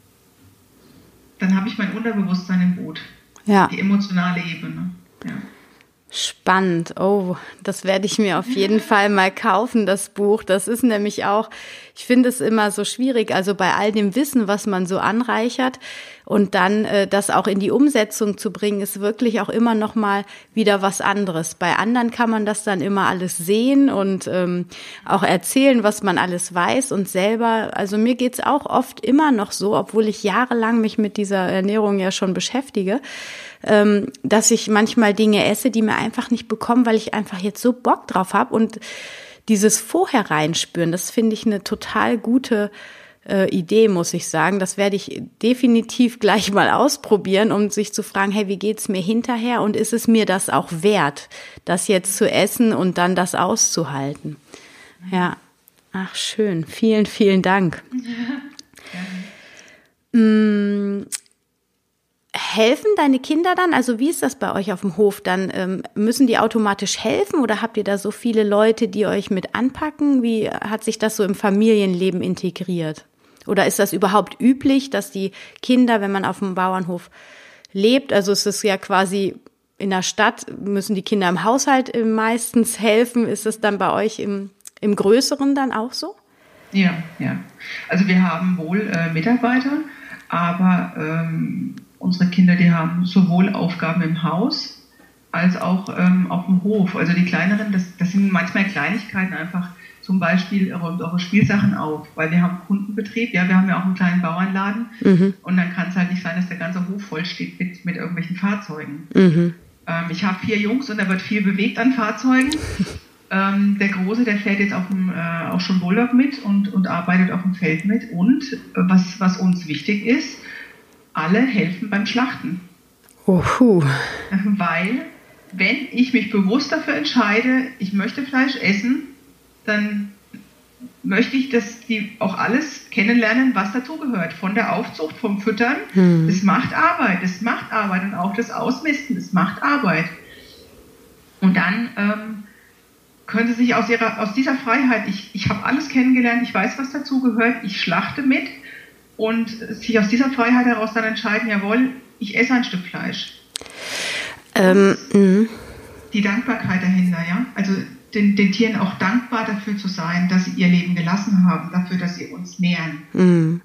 B: Dann habe ich mein Unterbewusstsein im Boot.
A: Ja.
B: Die emotionale Ebene. Ja.
A: Spannend. Oh, das werde ich mir auf jeden Fall mal kaufen, das Buch. Das ist nämlich auch, ich finde es immer so schwierig, also bei all dem Wissen, was man so anreichert und dann äh, das auch in die Umsetzung zu bringen, ist wirklich auch immer noch mal wieder was anderes. Bei anderen kann man das dann immer alles sehen und ähm, auch erzählen, was man alles weiß und selber, also mir geht's auch oft immer noch so, obwohl ich jahrelang mich mit dieser Ernährung ja schon beschäftige, ähm, dass ich manchmal Dinge esse, die mir einfach nicht bekommen, weil ich einfach jetzt so Bock drauf habe und dieses vorher reinspüren, das finde ich eine total gute äh, Idee, muss ich sagen. Das werde ich definitiv gleich mal ausprobieren, um sich zu fragen, hey, wie geht's mir hinterher und ist es mir das auch wert, das jetzt zu essen und dann das auszuhalten? Ja, ach schön. Vielen, vielen Dank. Ja. Mm. Helfen deine Kinder dann? Also wie ist das bei euch auf dem Hof? Dann ähm, müssen die automatisch helfen oder habt ihr da so viele Leute, die euch mit anpacken? Wie hat sich das so im Familienleben integriert? Oder ist das überhaupt üblich, dass die Kinder, wenn man auf dem Bauernhof lebt, also es ist ja quasi in der Stadt, müssen die Kinder im Haushalt meistens helfen. Ist es dann bei euch im, im Größeren dann auch so?
B: Ja, ja. Also wir haben wohl äh, Mitarbeiter, aber ähm, unsere Kinder, die haben sowohl Aufgaben im Haus als auch ähm, auf dem Hof. Also die kleineren, das, das sind manchmal Kleinigkeiten einfach. Zum Beispiel räumt eure Spielsachen auf, weil wir haben Kundenbetrieb, ja, wir haben ja auch einen kleinen Bauernladen mhm. und dann kann es halt nicht sein, dass der ganze Hof voll steht mit, mit irgendwelchen Fahrzeugen. Mhm. Ähm, ich habe vier Jungs und da wird viel bewegt an Fahrzeugen. ähm, der Große, der fährt jetzt auf dem, äh, auch schon Bullock mit und, und arbeitet auf dem Feld mit und äh, was, was uns wichtig ist, alle helfen beim Schlachten.
A: Uhu.
B: Weil, wenn ich mich bewusst dafür entscheide, ich möchte Fleisch essen, dann möchte ich, dass die auch alles kennenlernen, was dazugehört. Von der Aufzucht, vom Füttern. Hm. Das macht Arbeit, das macht Arbeit. Und auch das Ausmisten, das macht Arbeit. Und dann ähm, können sie sich aus, ihrer, aus dieser Freiheit, ich, ich habe alles kennengelernt, ich weiß, was dazugehört, ich schlachte mit, und sich aus dieser Freiheit heraus dann entscheiden, jawohl, ich esse ein Stück Fleisch. Ähm, die Dankbarkeit dahinter, ja, also den, den Tieren auch dankbar dafür zu sein, dass sie ihr Leben gelassen haben, dafür, dass sie uns nähren.
A: Mhm.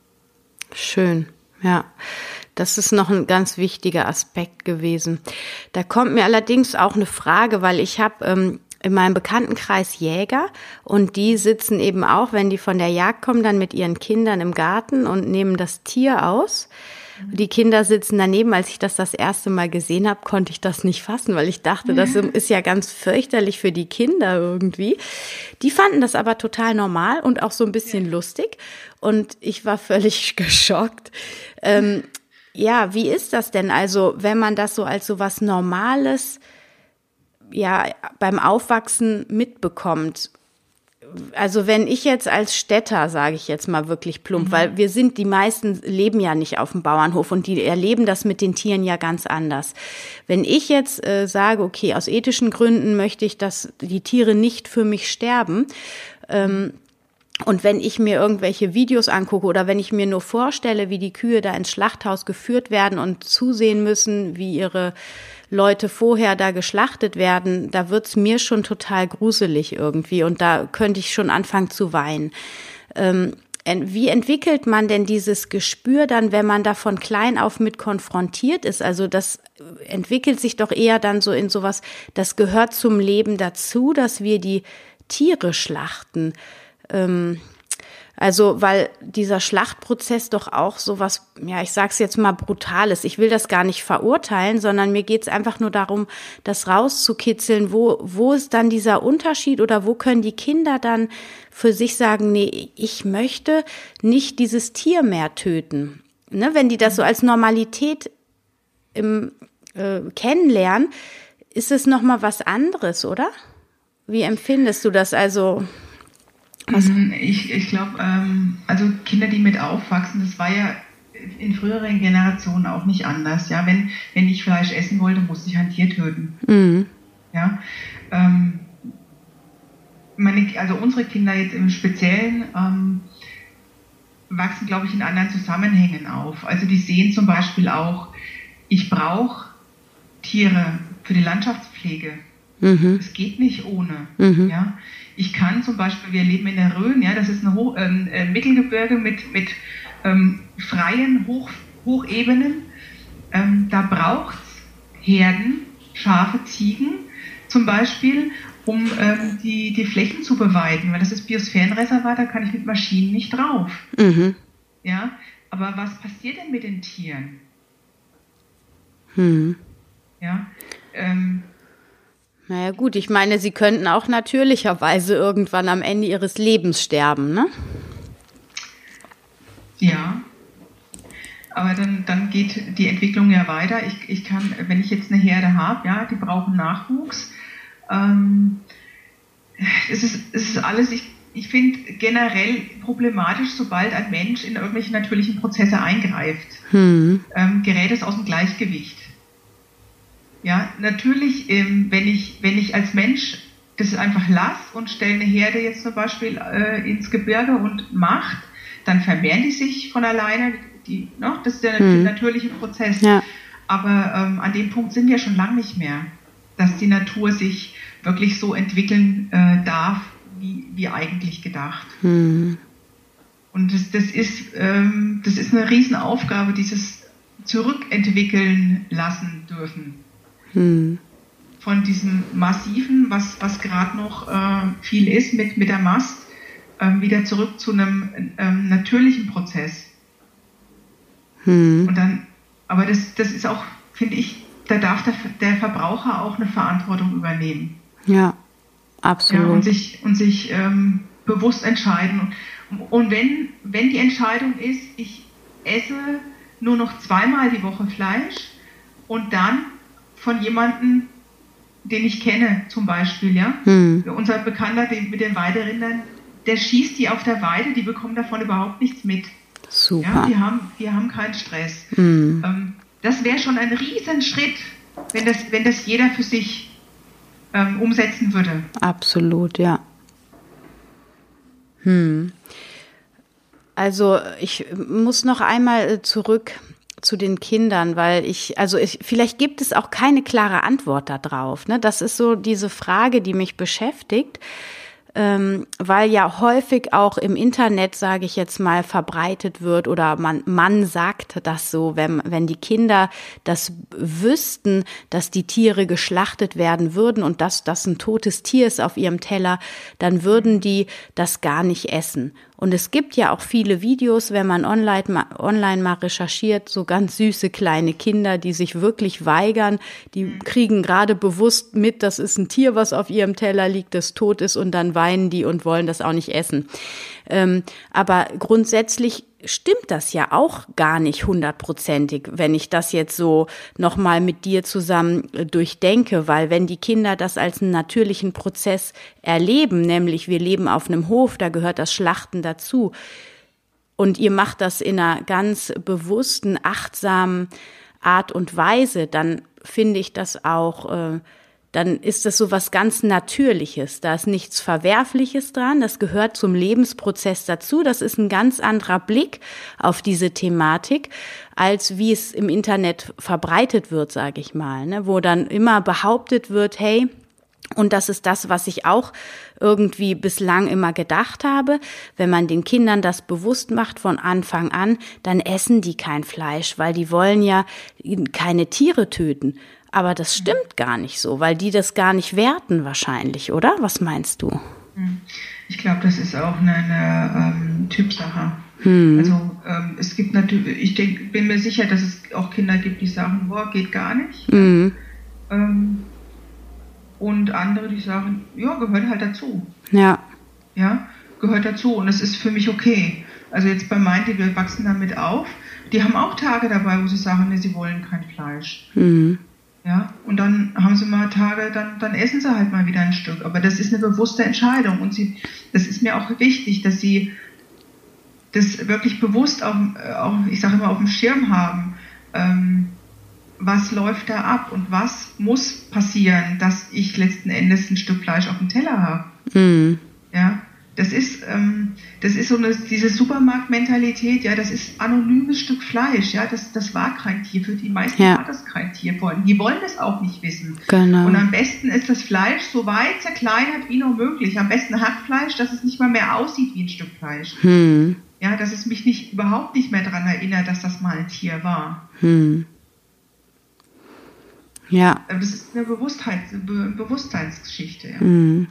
A: Schön, ja. Das ist noch ein ganz wichtiger Aspekt gewesen. Da kommt mir allerdings auch eine Frage, weil ich habe ähm, in meinem Bekanntenkreis Jäger und die sitzen eben auch, wenn die von der Jagd kommen, dann mit ihren Kindern im Garten und nehmen das Tier aus. Die Kinder sitzen daneben. Als ich das das erste Mal gesehen habe, konnte ich das nicht fassen, weil ich dachte, das ist ja ganz fürchterlich für die Kinder irgendwie. Die fanden das aber total normal und auch so ein bisschen ja. lustig und ich war völlig geschockt. Ähm, ja, wie ist das denn? Also, wenn man das so als so was Normales ja beim Aufwachsen mitbekommt. Also wenn ich jetzt als Städter, sage ich jetzt mal wirklich plump, mhm. weil wir sind, die meisten leben ja nicht auf dem Bauernhof und die erleben das mit den Tieren ja ganz anders. Wenn ich jetzt äh, sage, okay, aus ethischen Gründen möchte ich, dass die Tiere nicht für mich sterben, ähm, und wenn ich mir irgendwelche Videos angucke oder wenn ich mir nur vorstelle, wie die Kühe da ins Schlachthaus geführt werden und zusehen müssen, wie ihre Leute vorher da geschlachtet werden, da wird's mir schon total gruselig irgendwie und da könnte ich schon anfangen zu weinen. Ähm, wie entwickelt man denn dieses Gespür dann, wenn man da von klein auf mit konfrontiert ist? Also das entwickelt sich doch eher dann so in sowas, das gehört zum Leben dazu, dass wir die Tiere schlachten. Ähm, Also, weil dieser Schlachtprozess doch auch sowas, ja, ich sag's jetzt mal Brutales. Ich will das gar nicht verurteilen, sondern mir geht's einfach nur darum, das rauszukitzeln. Wo, wo ist dann dieser Unterschied oder wo können die Kinder dann für sich sagen, nee, ich möchte nicht dieses Tier mehr töten. Ne, wenn die das so als Normalität im, äh, kennenlernen, ist es nochmal was anderes, oder? Wie empfindest du das also?
B: Also ich, ich glaube, ähm, also Kinder, die mit aufwachsen, das war ja in früheren Generationen auch nicht anders. Ja, wenn, wenn ich Fleisch essen wollte, musste ich ein Tier töten. Mhm. Ja, ähm, meine, also unsere Kinder jetzt im Speziellen ähm, wachsen, glaube ich, in anderen Zusammenhängen auf. Also die sehen zum Beispiel auch, ich brauche Tiere für die Landschaftspflege. Mhm. Es geht nicht ohne. Mhm. Ja. Ich kann zum Beispiel, wir leben in der Rhön, ja, das ist ein Hoch, ähm, äh, Mittelgebirge mit, mit ähm, freien Hoch, Hochebenen. Ähm, da braucht es Herden, Schafe, Ziegen zum Beispiel, um ähm, die, die Flächen zu beweiden, weil das ist Biosphärenreservat, da kann ich mit Maschinen nicht drauf. Mhm. Ja, aber was passiert denn mit den Tieren?
A: Mhm.
B: Ja, ähm,
A: Naja gut, ich meine, sie könnten auch natürlicherweise irgendwann am Ende ihres Lebens sterben, ne?
B: Ja, aber dann, dann geht die Entwicklung ja weiter. Ich, ich kann, wenn ich jetzt eine Herde habe, ja, die brauchen Nachwuchs. Ähm, es ist, es ist alles, ich, ich finde generell problematisch, sobald ein Mensch in irgendwelche natürlichen Prozesse eingreift, hm. ähm, gerät es aus dem Gleichgewicht. Ja, natürlich, ähm, wenn ich, wenn ich als Mensch das einfach lasse und stelle eine Herde jetzt zum Beispiel äh, ins Gebirge und macht, dann vermehren die sich von alleine. Die, ne? Das ist der hm. natürliche Prozess. Ja. Aber ähm, an dem Punkt sind wir schon lange nicht mehr, dass die Natur sich wirklich so entwickeln äh, darf, wie, wie eigentlich gedacht. Hm. Und das, das, ist, ähm, das ist eine Riesenaufgabe, dieses Zurückentwickeln lassen dürfen. Hm. Von diesem Massiven, was, was gerade noch äh, viel ist mit, mit der Mast, äh, wieder zurück zu einem ähm, natürlichen Prozess. Hm. Und dann, aber das, das ist auch, finde ich, da darf der, der Verbraucher auch eine Verantwortung übernehmen.
A: Ja, absolut.
B: Ja, und sich, und sich ähm, bewusst entscheiden. Und, und wenn, wenn die Entscheidung ist, ich esse nur noch zweimal die Woche Fleisch und dann von jemandem, den ich kenne, zum Beispiel, ja. Hm. Unser Bekannter den, mit den Weiderindern, der schießt die auf der Weide, die bekommen davon überhaupt nichts mit.
A: Super.
B: Ja, die haben, die haben keinen Stress. Hm. Ähm, das wäre schon ein Riesenschritt, wenn das, wenn das jeder für sich ähm, umsetzen würde.
A: Absolut, ja. Hm. Also ich muss noch einmal zurück zu den Kindern, weil ich, also ich, vielleicht gibt es auch keine klare Antwort darauf, ne? Das ist so diese Frage, die mich beschäftigt, ähm, weil ja häufig auch im Internet, sage ich jetzt mal, verbreitet wird oder man, man sagt das so, wenn, wenn die Kinder das wüssten, dass die Tiere geschlachtet werden würden und dass das ein totes Tier ist auf ihrem Teller, dann würden die das gar nicht essen. Und es gibt ja auch viele Videos, wenn man online, online mal recherchiert, so ganz süße kleine Kinder, die sich wirklich weigern. Die kriegen gerade bewusst mit, das ist ein Tier, was auf ihrem Teller liegt, das tot ist, und dann weinen die und wollen das auch nicht essen. Ähm, aber grundsätzlich stimmt das ja auch gar nicht hundertprozentig, wenn ich das jetzt so nochmal mit dir zusammen durchdenke, weil wenn die Kinder das als einen natürlichen Prozess erleben, nämlich wir leben auf einem Hof, da gehört das Schlachten dazu, und ihr macht das in einer ganz bewussten, achtsamen Art und Weise, dann finde ich das auch, äh, dann ist das so was ganz Natürliches. Da ist nichts Verwerfliches dran. Das gehört zum Lebensprozess dazu. Das ist ein ganz anderer Blick auf diese Thematik, als wie es im Internet verbreitet wird, sage ich mal, ne? Wo dann immer behauptet wird, hey, und das ist das, was ich auch irgendwie bislang immer gedacht habe, wenn man den Kindern das bewusst macht von Anfang an, dann essen die kein Fleisch, weil die wollen ja keine Tiere töten. Aber das stimmt gar nicht so, weil die das gar nicht werten wahrscheinlich, oder? Was meinst du?
B: Ich glaube, das ist auch eine, eine ähm, Typsache. Hm. Also ähm, es gibt natürlich, ich denk, bin mir sicher, dass es auch Kinder gibt, die sagen, boah, geht gar nicht. Hm. Ähm, und andere, die sagen, ja, gehört halt dazu.
A: Ja.
B: Ja, gehört dazu und es ist für mich okay. Also jetzt bei meinen, die wir wachsen damit auf, die haben auch Tage dabei, wo sie sagen, nee, sie wollen kein Fleisch. Hm. Ja, und dann haben sie mal Tage, dann, dann essen sie halt mal wieder ein Stück. Aber das ist eine bewusste Entscheidung. Und sie, das ist mir auch wichtig, dass sie das wirklich bewusst auf, auf ich sage immer, auf dem Schirm haben. Ähm, was läuft da ab und was muss passieren, dass ich letzten Endes ein Stück Fleisch auf dem Teller habe. Mhm. Ja, das ist, ähm, das ist so eine, diese Supermarktmentalität, ja, das ist anonymes Stück Fleisch, ja, das, das war kein Tier, für die meisten ja. war das kein Tier, die wollen das auch nicht wissen.
A: Genau.
B: Und am besten ist das Fleisch so weit zerkleinert wie nur möglich, am besten Hackfleisch, dass es nicht mal mehr aussieht wie ein Stück Fleisch. Hm. Ja, dass es mich nicht, überhaupt nicht mehr daran erinnert, dass das mal ein Tier war.
A: Hm. Ja.
B: Das ist eine Bewusstheit, Be- Bewusstseinsgeschichte, ja.
A: Hm.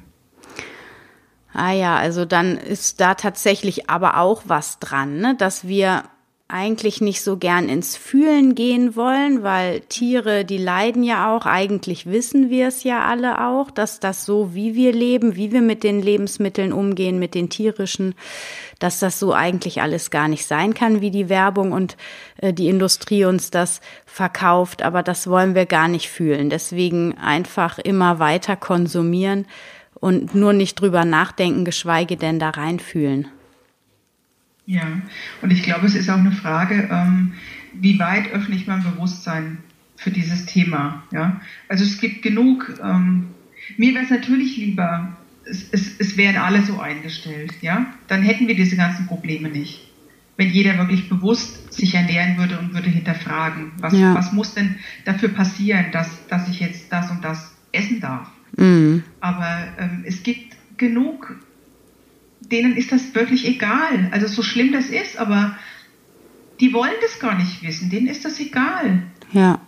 A: Ah ja, also dann ist da tatsächlich aber auch was dran, ne? Dass wir eigentlich nicht so gern ins Fühlen gehen wollen, weil Tiere, die leiden ja auch. Eigentlich wissen wir es ja alle auch, dass das so, wie wir leben, wie wir mit den Lebensmitteln umgehen, mit den tierischen, dass das so eigentlich alles gar nicht sein kann, wie die Werbung und äh, die Industrie uns das verkauft. Aber das wollen wir gar nicht fühlen. Deswegen einfach immer weiter konsumieren und nur nicht drüber nachdenken, geschweige denn da reinfühlen.
B: Ja, und ich glaube, es ist auch eine Frage, ähm, wie weit öffne ich mein Bewusstsein für dieses Thema. Ja? Also es gibt genug, ähm, mir wäre es natürlich lieber, es, es, es wären alle so eingestellt. Ja? Dann hätten wir diese ganzen Probleme nicht. Wenn jeder wirklich bewusst sich ernähren würde und würde hinterfragen, was, ja. was muss denn dafür passieren, dass, dass ich jetzt das und das essen darf. Mhm. Aber ähm, es gibt genug, denen ist das wirklich egal. Also so schlimm das ist, aber die wollen das gar nicht wissen. Denen ist das egal.
A: Ja.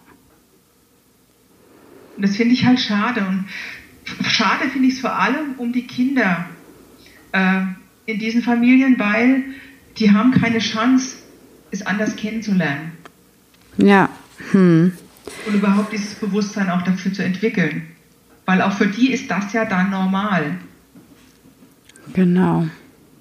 B: Und das finde ich halt schade. Und schade finde ich es vor allem um die Kinder äh, in diesen Familien, weil die haben keine Chance, es anders kennenzulernen.
A: Ja. Hm.
B: Und überhaupt dieses Bewusstsein auch dafür zu entwickeln. Weil auch für die ist das ja dann normal.
A: Genau.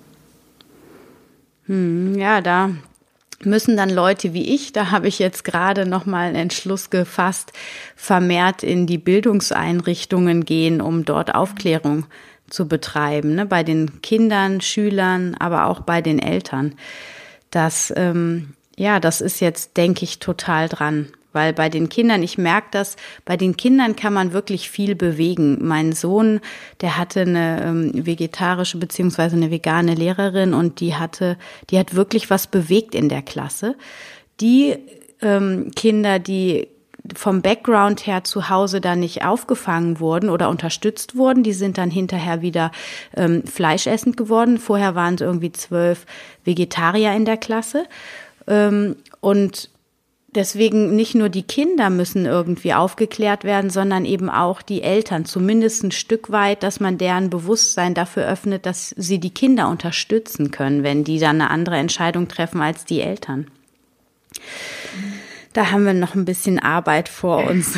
A: Hm, ja, da müssen dann Leute wie ich, da habe ich jetzt gerade nochmal einen Entschluss gefasst, vermehrt in die Bildungseinrichtungen gehen, um dort Aufklärung zu betreiben, ne, bei den Kindern, Schülern, aber auch bei den Eltern. Das, ähm, ja, das ist jetzt, denke ich, total dran. Weil bei den Kindern, ich merke das, bei den Kindern kann man wirklich viel bewegen. Mein Sohn, der hatte eine ähm, vegetarische beziehungsweise eine vegane Lehrerin und die hatte, die hat wirklich was bewegt in der Klasse. Die ähm, Kinder, die vom Background her zu Hause da nicht aufgefangen wurden oder unterstützt wurden, die sind dann hinterher wieder ähm, fleischessend geworden. Vorher waren es irgendwie zwölf Vegetarier in der Klasse. Ähm, und Deswegen nicht nur die Kinder müssen irgendwie aufgeklärt werden, sondern eben auch die Eltern, zumindest ein Stück weit, dass man deren Bewusstsein dafür öffnet, dass sie die Kinder unterstützen können, wenn die dann eine andere Entscheidung treffen als die Eltern. Da haben wir noch ein bisschen Arbeit vor uns.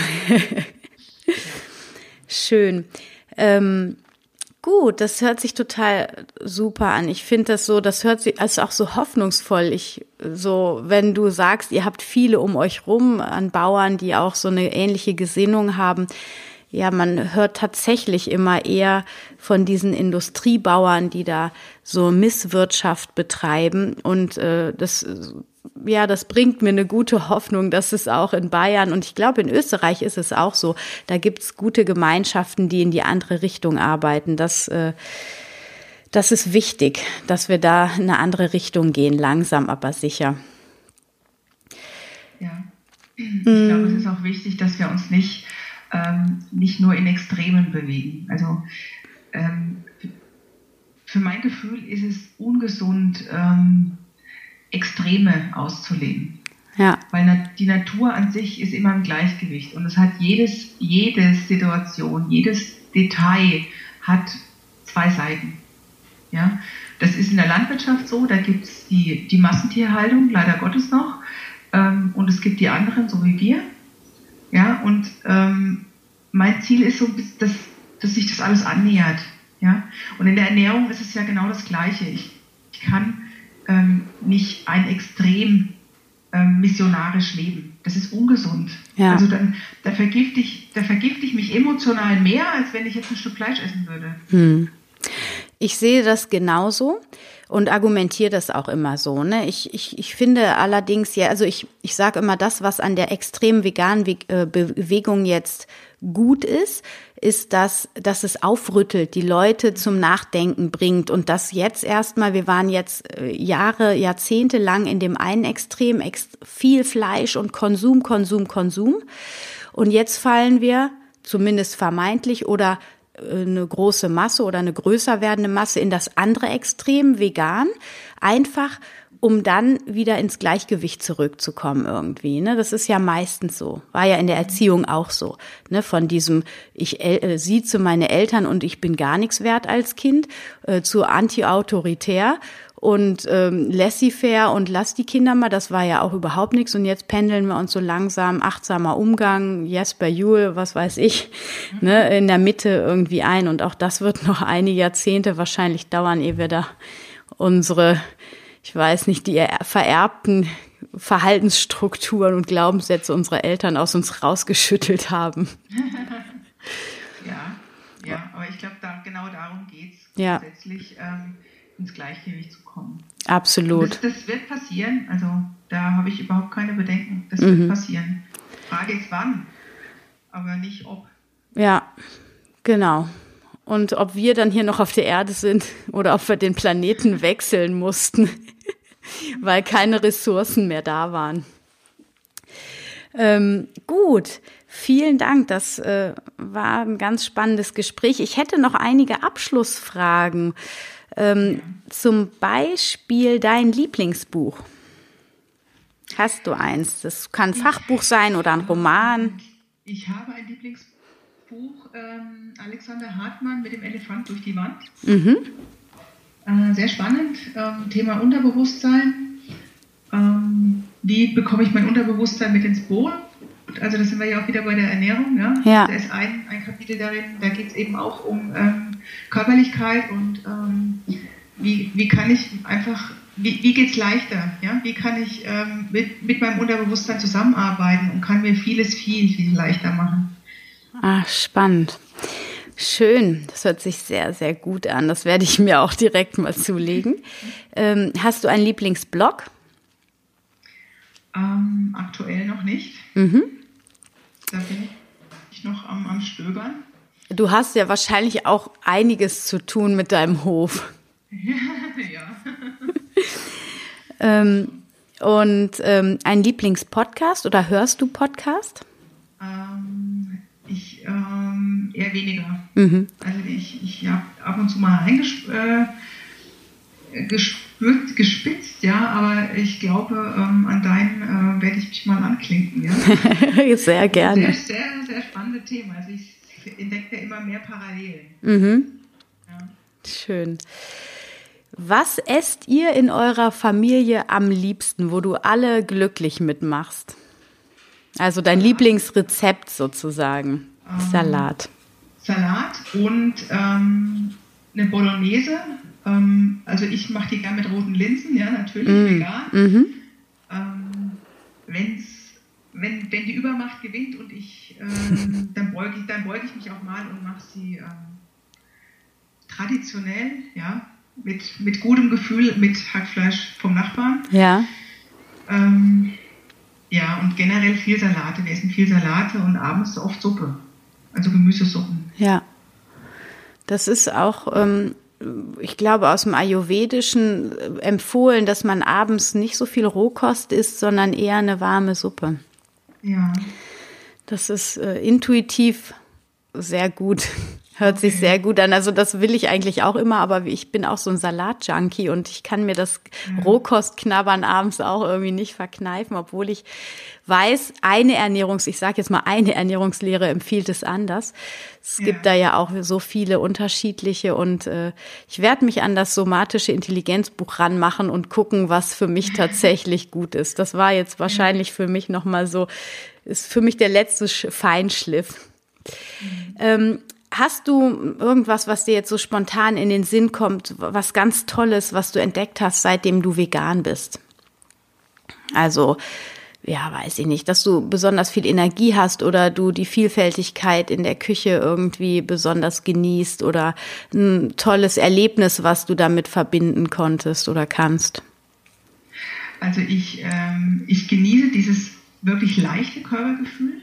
A: Schön. Ähm, Gut, das hört sich total super an. Ich finde das so, das hört sich also auch so hoffnungsvoll. Ich so, wenn du sagst, ihr habt viele um euch rum an Bauern, die auch so eine ähnliche Gesinnung haben. Ja, man hört tatsächlich immer eher von diesen Industriebauern, die da so Misswirtschaft betreiben. Und äh, das, ja, das bringt mir eine gute Hoffnung, dass es auch in Bayern und ich glaube in Österreich ist es auch so. Da gibt's gute Gemeinschaften, die in die andere Richtung arbeiten. Das, äh, das ist wichtig, dass wir da in eine andere Richtung gehen, langsam, aber sicher.
B: Ja, ich mm. glaube, es ist auch wichtig, dass wir uns nicht Ähm, nicht nur in Extremen bewegen. Also ähm, für mein Gefühl ist es ungesund, ähm, Extreme auszuleben.
A: Ja.
B: Weil na- die Natur an sich ist immer im Gleichgewicht und es hat jedes, jede Situation, jedes Detail hat zwei Seiten. Ja? Das ist in der Landwirtschaft so, da gibt es die, die Massentierhaltung, leider Gottes noch, ähm, und es gibt die anderen, so wie wir. Ja, und ähm, mein Ziel ist so, dass, dass sich das alles annähert. Ja? Und in der Ernährung ist es ja genau das Gleiche. Ich, ich kann ähm, nicht ein Extrem ähm, missionarisch leben. Das ist ungesund.
A: Ja.
B: Also dann, da vergifte ich, da vergifte ich mich emotional mehr, als wenn ich jetzt ein Stück Fleisch essen würde.
A: Hm. Ich sehe das genauso und argumentiere das auch immer so. Ne? Ich, ich, ich finde allerdings, ja, also ich, ich sage immer, das, was an der extremen veganen Bewegung jetzt gut ist, ist, dass, dass es aufrüttelt, die Leute zum Nachdenken bringt und das jetzt erstmal, wir waren jetzt Jahre, Jahrzehnte lang in dem einen Extrem, ex, viel Fleisch und Konsum, Konsum, Konsum und jetzt fallen wir, zumindest vermeintlich oder eine große Masse oder eine größer werdende Masse in das andere Extrem, vegan, einfach um dann wieder ins Gleichgewicht zurückzukommen irgendwie. Ne? Das ist ja meistens so, war ja in der Erziehung auch so. Ne? Von diesem, ich äh, sieze meine Eltern und ich bin gar nichts wert als Kind, äh, zu anti-autoritär und ähm, laissez-faire und lass die Kinder mal, das war ja auch überhaupt nichts. Und jetzt pendeln wir uns so langsam, achtsamer Umgang, Jesper Juhl, was weiß ich, mhm. ne, in der Mitte irgendwie ein. Und auch das wird noch einige Jahrzehnte wahrscheinlich dauern, ehe wir da unsere, ich weiß nicht, die vererbten Verhaltensstrukturen und Glaubenssätze unserer Eltern aus uns rausgeschüttelt haben.
B: Ja, ja, aber ich glaube, da, genau darum geht es,
A: ja.
B: grundsätzlich ähm, ins Gleichgewicht zu kommen.
A: Absolut.
B: Das, das wird passieren, also da habe ich überhaupt keine Bedenken. Das
A: mhm.
B: wird passieren. Frage ist wann, aber nicht ob.
A: Ja, genau. Und ob wir dann hier noch auf der Erde sind oder ob wir den Planeten wechseln mussten, weil keine Ressourcen mehr da waren. Ähm, gut, vielen Dank. Das äh, war ein ganz spannendes Gespräch. Ich hätte noch einige Abschlussfragen. Ähm, ja. Zum Beispiel dein Lieblingsbuch. Hast du eins? Das kann ein Fachbuch sein oder ein Roman.
B: Ich habe ein Lieblingsbuch. Buch ähm, Alexander Hartmann mit dem Elefant durch die Wand.
A: Mhm.
B: Äh, sehr spannend. Ähm, Thema Unterbewusstsein. Ähm, wie bekomme ich mein Unterbewusstsein mit ins Boot? Also das sind wir ja auch wieder bei der Ernährung. Ja?
A: Ja.
B: Da ist ein, ein Kapitel darin, da geht es eben auch um ähm, Körperlichkeit und ähm, wie, wie kann ich einfach, wie, wie geht es leichter? Ja? Wie kann ich ähm, mit, mit meinem Unterbewusstsein zusammenarbeiten und kann mir vieles viel, viel leichter machen.
A: Ah, spannend. Schön. Das hört sich sehr, sehr gut an. Das werde ich mir auch direkt mal zulegen. Ähm, hast du einen Lieblingsblog?
B: Ähm, aktuell noch nicht.
A: Mhm.
B: Da bin ich noch am, am Stöbern.
A: Du hast ja wahrscheinlich auch einiges zu tun mit deinem Hof.
B: Ja.
A: ähm, und ähm, ein Lieblingspodcast oder hörst du Podcast?
B: Ähm, ich ähm, eher weniger.
A: Mhm.
B: Also ich, ich habe ab und zu mal reingespürt, äh, gespitzt, ja, aber ich glaube, ähm, an deinen äh, werde ich mich mal anklinken. Ja?
A: Sehr gerne.
B: Sehr, sehr, sehr spannende Themen. Also ich entdecke ja immer mehr Parallelen.
A: Mhm.
B: Ja.
A: Schön. Was esst ihr in eurer Familie am liebsten, wo du alle glücklich mitmachst? Also dein
B: Salat.
A: Lieblingsrezept sozusagen.
B: Ähm,
A: Salat.
B: Salat und ähm, eine Bolognese. Ähm, also ich mache die gerne mit roten Linsen, ja, natürlich,
A: mm.
B: vegan.
A: Mhm.
B: Ähm, wenn's, wenn, wenn die Übermacht gewinnt und ich, ähm, dann beuge ich, dann beuge ich mich auch mal und mache sie ähm, traditionell, ja, mit, mit gutem Gefühl, mit Hackfleisch vom Nachbarn.
A: Ja.
B: Ähm, ja, und generell viel Salate. Wir essen viel Salate und abends oft Suppe. Also Gemüsesuppen.
A: Ja. Das ist auch, ähm, ich glaube, aus dem Ayurvedischen empfohlen, dass man abends nicht so viel Rohkost isst, sondern eher eine warme Suppe.
B: Ja.
A: Das ist äh, intuitiv sehr gut. Hört sich sehr gut an. Also das will ich eigentlich auch immer, aber ich bin auch so ein Salat-Junkie und ich kann mir das ja. Rohkostknabbern abends auch irgendwie nicht verkneifen, obwohl ich weiß, eine Ernährungs-, ich sage jetzt mal eine Ernährungslehre empfiehlt es anders. Es ja. gibt da ja auch so viele unterschiedliche und äh, ich werde mich an das somatische Intelligenzbuch ranmachen und gucken, was für mich tatsächlich gut ist. Das war jetzt wahrscheinlich ja. für mich nochmal so, ist für mich der letzte Feinschliff. Mhm. Ähm, Hast du irgendwas, was dir jetzt so spontan in den Sinn kommt, was ganz Tolles, was du entdeckt hast, seitdem du vegan bist? Also, ja, weiß ich nicht, dass du besonders viel Energie hast oder du die Vielfältigkeit in der Küche irgendwie besonders genießt oder ein tolles Erlebnis, was du damit verbinden konntest oder kannst?
B: Also ich, ähm, ich genieße dieses wirklich leichte Körpergefühl.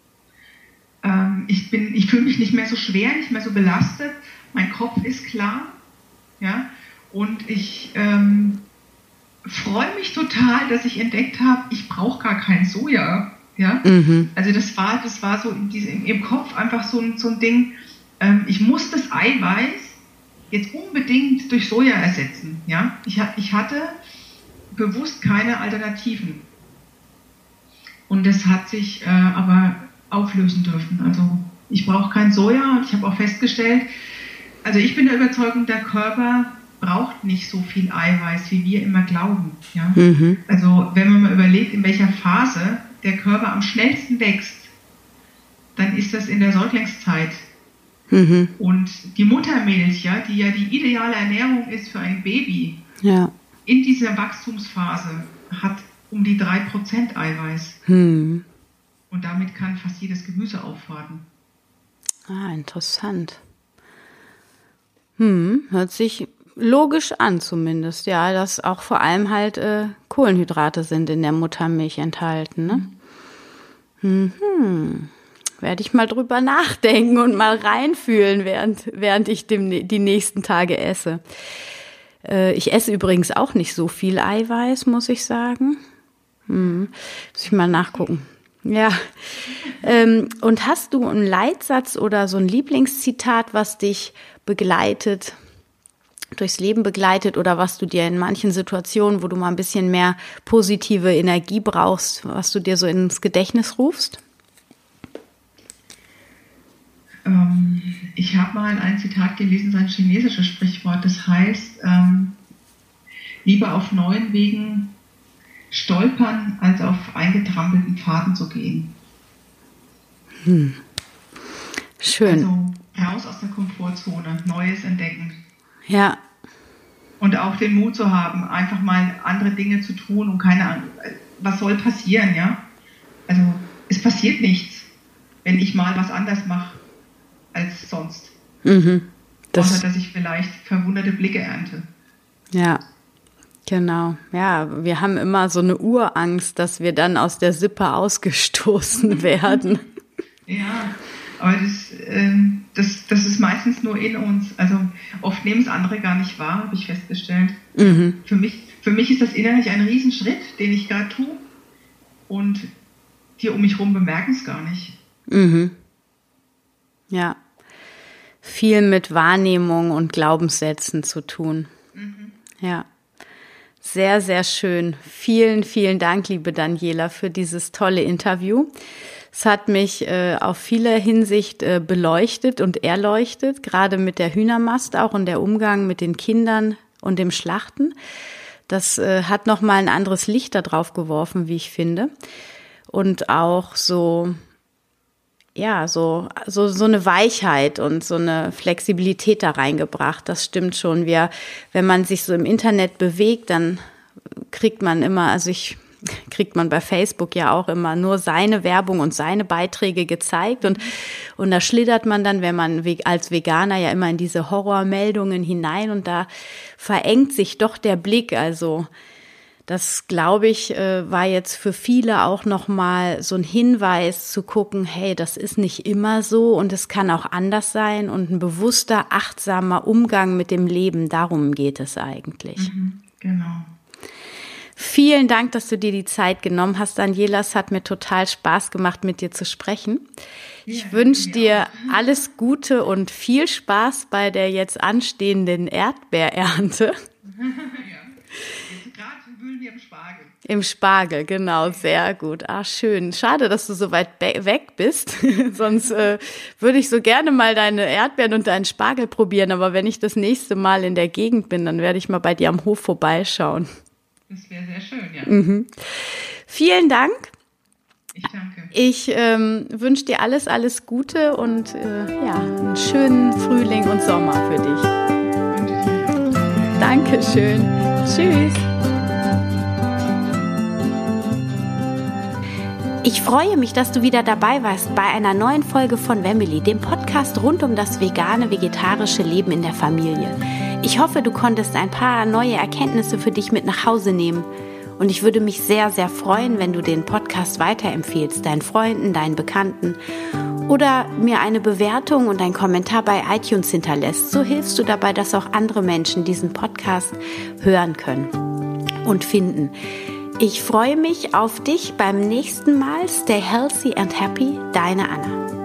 B: Ich bin, ich fühle mich nicht mehr so schwer, nicht mehr so belastet. Mein Kopf ist klar, ja. Und ich ähm, freue mich total, dass ich entdeckt habe, ich brauche gar kein Soja, ja. Mhm. Also das war, das war so in diesem, im Kopf einfach so ein, so ein Ding. Ähm, ich muss das Eiweiß jetzt unbedingt durch Soja ersetzen, ja. Ich, ich hatte bewusst keine Alternativen. Und das hat sich äh, aber auflösen dürfen. Also ich brauche kein Soja und ich habe auch festgestellt, also ich bin der Überzeugung, der Körper braucht nicht so viel Eiweiß, wie wir immer glauben. Ja?
A: Mhm.
B: Also wenn man mal überlegt, in welcher Phase der Körper am schnellsten wächst, dann ist das in der Säuglingszeit.
A: Mhm.
B: Und die Muttermilch, ja, die ja die ideale Ernährung ist für ein Baby,
A: ja.
B: in dieser Wachstumsphase hat um die drei Prozent Eiweiß.
A: Mhm.
B: Und damit kann fast jedes Gemüse aufwarten.
A: Ah, interessant. Hm, hört sich logisch an zumindest, ja, dass auch vor allem halt äh, Kohlenhydrate sind in der Muttermilch enthalten, ne? Mhm. Mhm. Werde ich mal drüber nachdenken und mal reinfühlen, während, während ich dem, die nächsten Tage esse. Äh, ich esse übrigens auch nicht so viel Eiweiß, muss ich sagen. Hm. Muss ich mal nachgucken. Ja. Ähm, und hast du einen Leitsatz oder so ein Lieblingszitat, was dich begleitet, durchs Leben begleitet oder was du dir in manchen Situationen, wo du mal ein bisschen mehr positive Energie brauchst, was du dir so ins Gedächtnis rufst?
B: Ähm, ich habe mal ein Zitat gelesen, ein chinesisches Sprichwort, das heißt, ähm, lieber auf neuen Wegen stolpern, als auf eingetrampelten Pfaden zu gehen.
A: Hm. Schön.
B: Also raus aus der Komfortzone, Neues entdecken.
A: Ja.
B: Und auch den Mut zu haben, einfach mal andere Dinge zu tun und keine Ahnung, was soll passieren, ja? Also es passiert nichts, wenn ich mal was anders mache als sonst.
A: Mhm. Das,
B: außer dass ich vielleicht verwunderte Blicke ernte.
A: Ja, genau. Ja, wir haben immer so eine Urangst, dass wir dann aus der Sippe ausgestoßen werden.
B: Ja, aber das, äh, das, das ist meistens nur in uns. Also oft nehmen es andere gar nicht wahr, habe ich festgestellt.
A: Mhm.
B: Für mich, für mich ist das innerlich ein Riesenschritt, den ich gerade tue. Und die um mich herum bemerken es gar nicht.
A: Mhm. Ja, viel mit Wahrnehmung und Glaubenssätzen zu tun.
B: Mhm.
A: Ja, sehr, sehr schön. Vielen, vielen Dank, liebe Daniela, für dieses tolle Interview. Es hat mich äh, auf viele Hinsicht äh, beleuchtet und erleuchtet, gerade mit der Hühnermast auch und der Umgang mit den Kindern und dem Schlachten. Das äh, hat nochmal ein anderes Licht da drauf geworfen, wie ich finde. Und auch so... ja, so, so, so eine Weichheit und so eine Flexibilität da reingebracht. Das stimmt schon. Wir, wenn man sich so im Internet bewegt, dann kriegt man immer, also ich, kriegt man bei Facebook ja auch immer nur seine Werbung und seine Beiträge gezeigt und, und da schlittert man dann, wenn man als Veganer ja immer in diese Horrormeldungen hinein und da verengt sich doch der Blick, also, das, glaube ich, war jetzt für viele auch nochmal so ein Hinweis zu gucken, hey, das ist nicht immer so und es kann auch anders sein und ein bewusster, achtsamer Umgang mit dem Leben, darum geht es eigentlich.
B: Mhm, genau.
A: Vielen Dank, dass du dir die Zeit genommen hast, Daniela. Es hat mir total Spaß gemacht, mit dir zu sprechen. Ich ja, wünsche dir auch alles Gute und viel Spaß bei der jetzt anstehenden Erdbeerernte.
B: Ja. Gerade wühlen wir im Spargel.
A: Im Spargel, genau, sehr gut. Ah, schön. Schade, dass du so weit be- weg bist. Sonst äh, würde ich so gerne mal deine Erdbeeren und deinen Spargel probieren. Aber wenn ich das nächste Mal in der Gegend bin, dann werde ich mal bei dir am Hof vorbeischauen.
B: Das wäre sehr schön, ja.
A: Mhm. Vielen Dank.
B: Ich danke.
A: Ich ähm, wünsche dir alles, alles Gute und äh, ja, einen schönen Frühling und Sommer für dich.
B: Wünsche ich dir auch.
A: Dankeschön. Tschüss. Ich freue mich, dass du wieder dabei warst bei einer neuen Folge von Wemmeli, dem Podcast rund um das vegane, vegetarische Leben in der Familie. Ich hoffe, du konntest ein paar neue Erkenntnisse für dich mit nach Hause nehmen. Und ich würde mich sehr, sehr freuen, wenn du den Podcast weiterempfehlst, deinen Freunden, deinen Bekannten oder mir eine Bewertung und einen Kommentar bei iTunes hinterlässt. So hilfst du dabei, dass auch andere Menschen diesen Podcast hören können und finden. Ich freue mich auf dich beim nächsten Mal. Stay healthy and happy, deine Anna.